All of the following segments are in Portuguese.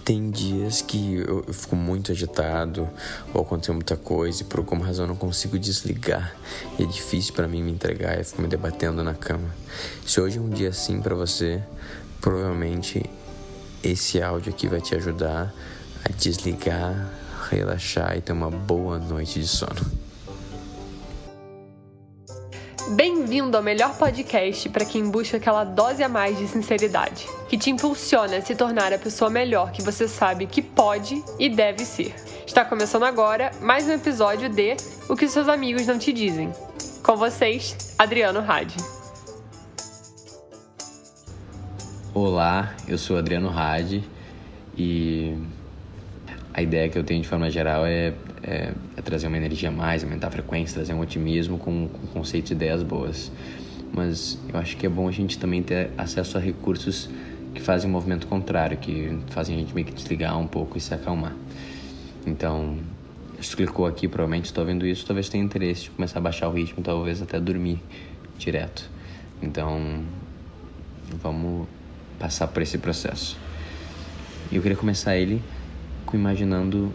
Tem dias que eu fico muito agitado ou aconteceu muita coisa e por alguma razão eu não consigo desligar. E é difícil pra mim me entregar e eu fico me debatendo na cama. Se hoje é um dia assim pra você, provavelmente esse áudio aqui vai te ajudar a desligar, relaxar e ter uma boa noite de sono. Bem-vindo ao melhor podcast para quem busca aquela dose a mais de sinceridade, que te impulsiona a se tornar a pessoa melhor que você sabe que pode e deve ser. Está começando agora mais um episódio de O que seus amigos não te dizem. Com vocês, Adriano Hadi. Olá, eu sou Adriano Hadi e a ideia que eu tenho de forma geral é trazer uma energia a mais, aumentar a frequência, trazer um otimismo com conceitos e ideias boas. Mas eu acho que é bom a gente também ter acesso a recursos que fazem um movimento contrário, que fazem a gente meio que desligar um pouco e se acalmar. Então, se tu clicou aqui, provavelmente estou vendo isso, talvez tenha interesse de começar a baixar o ritmo, talvez até dormir direto. Então, vamos passar por esse processo. E eu queria começar ele imaginando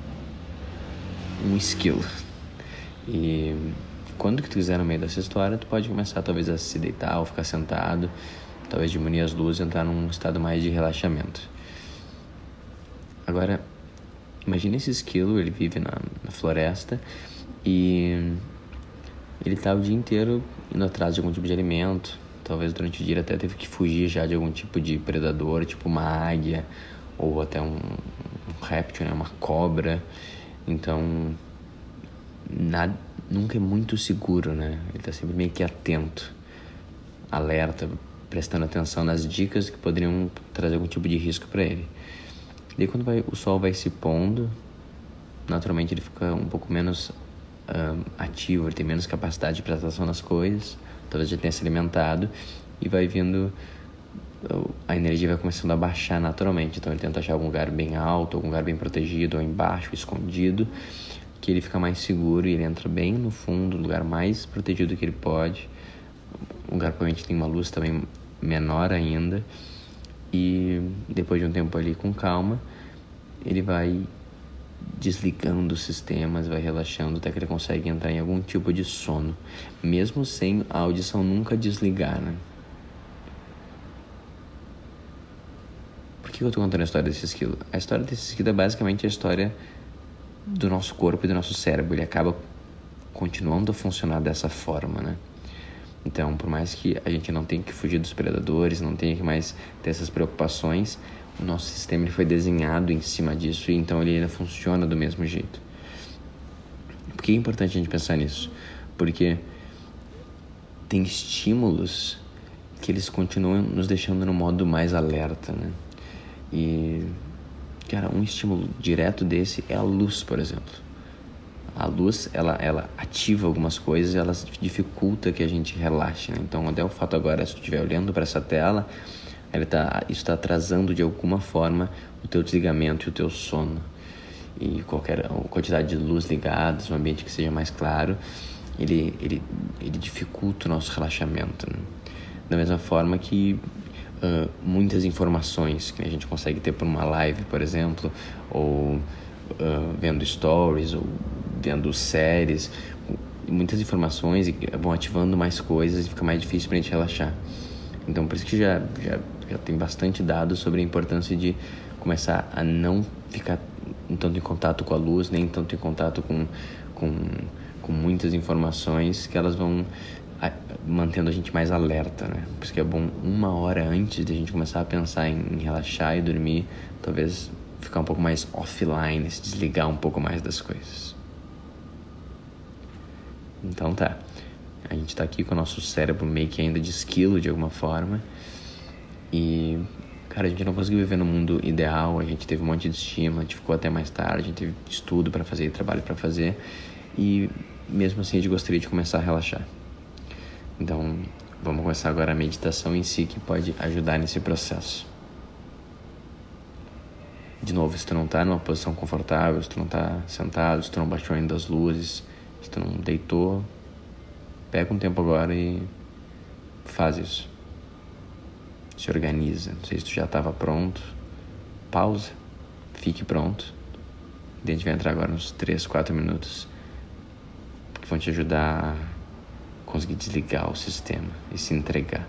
um esquilo. E quando que tu quiser no meio dessa história, tu pode começar talvez a se deitar ou ficar sentado, talvez diminuir as luzes e entrar num estado mais de relaxamento. Agora, imagina esse esquilo, ele vive na floresta e ele tá o dia inteiro indo atrás de algum tipo de alimento. Talvez durante o dia ele até teve que fugir já de algum tipo de predador, tipo uma águia ou até um réptil, né? Uma cobra. Então, nunca é muito seguro, né? Ele tá sempre meio que atento, alerta, prestando atenção nas dicas que poderiam trazer algum tipo de risco para ele. E aí, quando o sol vai se pondo, naturalmente ele fica um pouco menos ativo, ele tem menos capacidade de prestar atenção nas coisas, talvez já tenha se alimentado, e vai vindo, a energia vai começando a baixar naturalmente. Então ele tenta achar algum lugar bem alto, algum lugar bem protegido, ou embaixo, escondido, que ele fica mais seguro e ele entra bem no fundo, no lugar mais protegido que ele pode. Um lugar provavelmente tem uma luz também menor ainda. E depois de um tempo ali com calma, ele vai desligando os sistemas, vai relaxando até que ele consegue entrar em algum tipo de sono, mesmo sem a audição nunca desligar, né? Por que eu tô contando a história desse esquilo? A história desse esquilo é basicamente a história do nosso corpo e do nosso cérebro. Ele acaba continuando a funcionar dessa forma, né? Então, por mais que a gente não tenha que fugir dos predadores, não tenha que mais ter essas preocupações, o nosso sistema ele foi desenhado em cima disso e então ele ainda funciona do mesmo jeito. Por que é importante a gente pensar nisso? Porque tem estímulos que eles continuam nos deixando no modo mais alerta, né? E, cara, um estímulo direto desse é a luz, por exemplo. A luz, ela ativa algumas coisas e ela dificulta que a gente relaxe, né? Então, até o fato agora, se tu estiver olhando para essa tela, isso está atrasando de alguma forma o teu desligamento e o teu sono. E qualquer quantidade de luz ligada, um ambiente que seja mais claro, ele dificulta o nosso relaxamento, né? Da mesma forma que muitas informações que a gente consegue ter por uma live, por exemplo, ou vendo stories, ou vendo séries, muitas informações vão ativando mais coisas e fica mais difícil pra gente relaxar. Então, por isso que já tem bastante dados sobre a importância de começar a não ficar tanto em contato com a luz, nem tanto em contato com muitas informações, que elas vão mantendo a gente mais alerta, né? Por isso que é bom 1 hora antes de a gente começar a pensar em relaxar e dormir, talvez ficar um pouco mais offline, se desligar um pouco mais das coisas. Então tá, a gente tá aqui com o nosso cérebro meio que ainda de esquilo de alguma forma e, cara, a gente não conseguiu viver no mundo ideal, a gente teve um monte de estímulo, a gente ficou até mais tarde, a gente teve estudo pra fazer, trabalho pra fazer e mesmo assim a gente gostaria de começar a relaxar. Então, vamos começar agora a meditação em si, que pode ajudar nesse processo. De novo, se tu não tá numa posição confortável, se tu não tá sentado, se tu não baixou ainda as luzes, se tu não deitou, pega um tempo agora e faz isso. Se organiza. Não sei se tu já estava pronto. Pausa fique pronto. A gente vai entrar agora nos 3, 4 minutos que vão te ajudar a conseguir desligar o sistema e se entregar.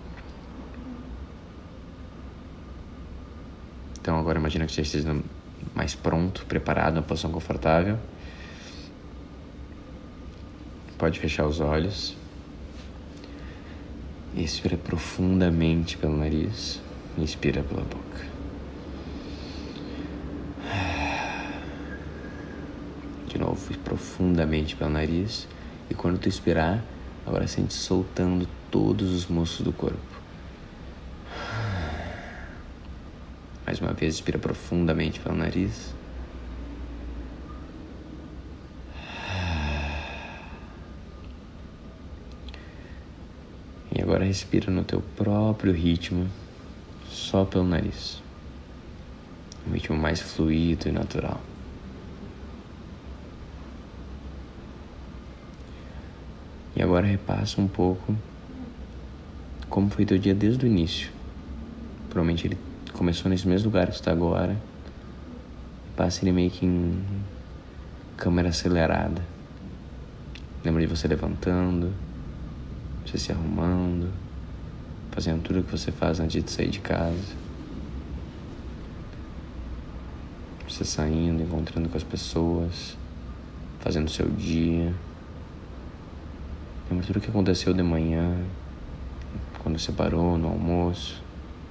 Então agora imagina que você esteja mais pronto, preparado, numa posição confortável. Pode fechar os olhos. Expira profundamente pelo nariz. Inspira pela boca. De novo, profundamente pelo nariz. E quando tu expirar, agora sente soltando todos os músculos do corpo. Mais uma vez, expira profundamente pelo nariz. E agora respira no teu próprio ritmo, só pelo nariz. Um ritmo mais fluido e natural. E agora repassa um pouco como foi teu dia desde o início. Provavelmente ele começou nesse mesmo lugar que está agora. Passa ele meio que em câmera acelerada. Lembra de você levantando, você se arrumando, fazendo tudo o que você faz antes de sair de casa. Você saindo, encontrando com as pessoas, fazendo o seu dia. Lembra tudo o que aconteceu de manhã, quando você parou no almoço.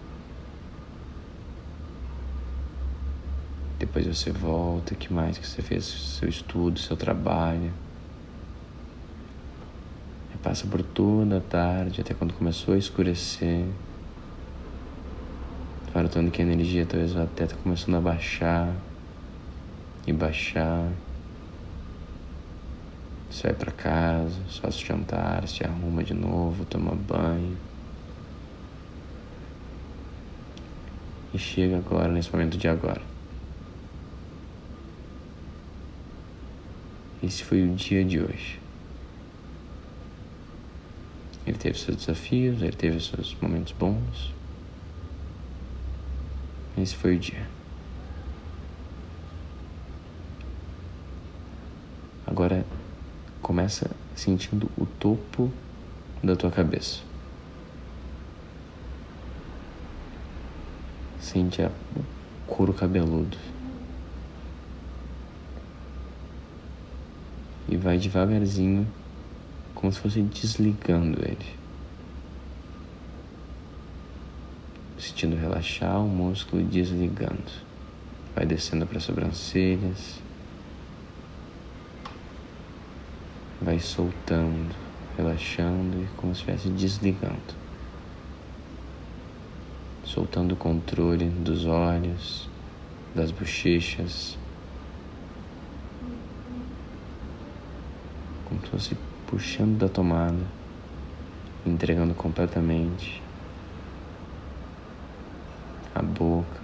Depois você volta, o que mais que você fez? Seu estudo, seu trabalho. E passa por toda a tarde, até quando começou a escurecer. Vai notando que a energia talvez até tá começando a baixar. E baixar. Você vai pra casa, faz o jantar, se arruma de novo, toma banho. E chega agora, nesse momento de agora. Esse foi o dia de hoje. Ele teve seus desafios, ele teve seus momentos bons. Esse foi o dia. Agora começa sentindo o topo da tua cabeça. Sente o couro cabeludo. E vai devagarzinho, como se fosse desligando ele. Sentindo relaxar o músculo e desligando. Vai descendo para as sobrancelhas. Vai soltando, relaxando e como se estivesse desligando. Soltando o controle dos olhos, das bochechas. Como se fosse puxando da tomada, entregando completamente a boca,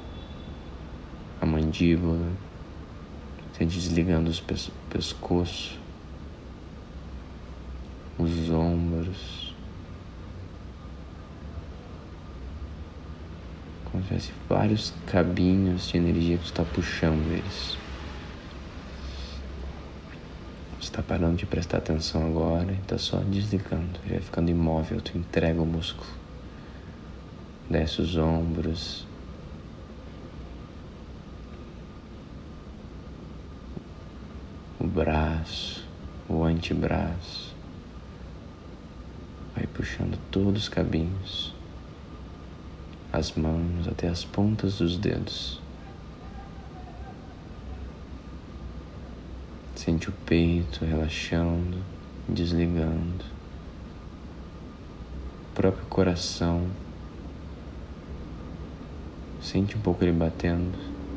a mandíbula, se desligando o pescoço, os ombros, como se tivesse vários cabinhos de energia que você está puxando eles. Você está parando de prestar atenção agora e está só desligando. Ele vai ficando imóvel, tu entrega o músculo. Desce os ombros. O braço, o antebraço. Vai puxando todos os cabinhos. As mãos até as pontas dos dedos. Sente o peito relaxando, desligando. O próprio coração. Sente um pouco ele batendo.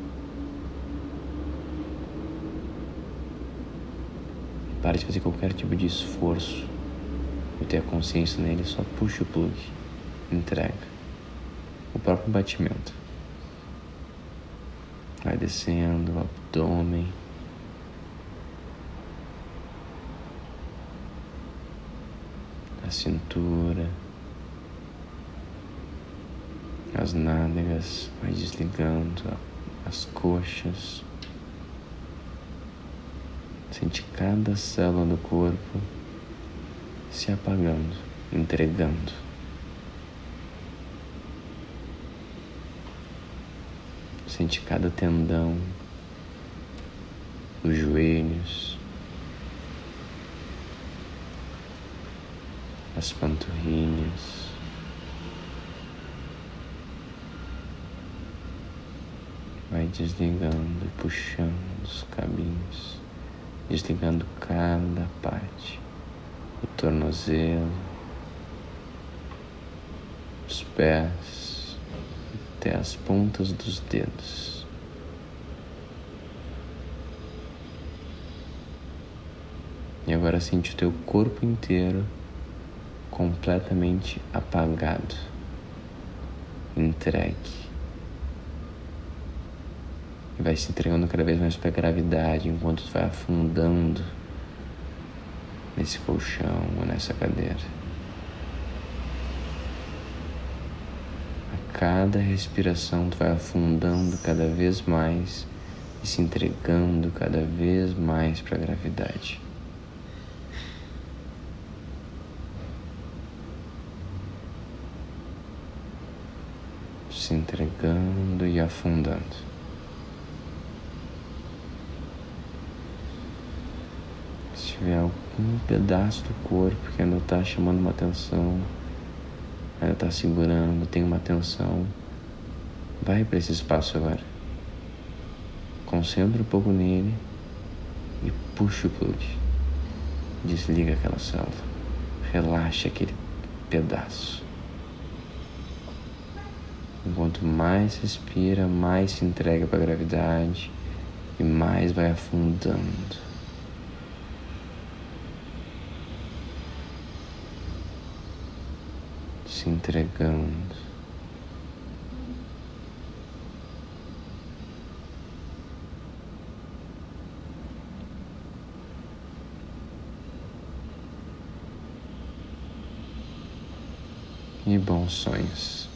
Para de fazer qualquer tipo de esforço. E ter a consciência nele, só puxa o plug. Entrega. O próprio batimento. Vai descendo o abdômen. A cintura, as nádegas, vai desligando as coxas. Sente cada célula do corpo se apagando, entregando. Sente cada tendão, os joelhos, as panturrilhas, vai desligando e puxando os cabinhos, desligando cada parte, o tornozelo, os pés, até as pontas dos dedos. E agora sente o teu corpo inteiro completamente apagado, entregue. E vai se entregando cada vez mais para a gravidade enquanto tu vai afundando nesse colchão ou nessa cadeira. A cada respiração tu vai afundando cada vez mais e se entregando cada vez mais para a gravidade. Se entregando e afundando. Se tiver algum pedaço do corpo que ainda está chamando uma atenção, ainda está segurando, tem uma tensão, vai para esse espaço agora. Concentra um pouco nele e puxa o plug. Desliga aquela célula. Relaxa aquele pedaço. Enquanto mais respira, mais se entrega para a gravidade e mais vai afundando. Se entregando. E bons sonhos.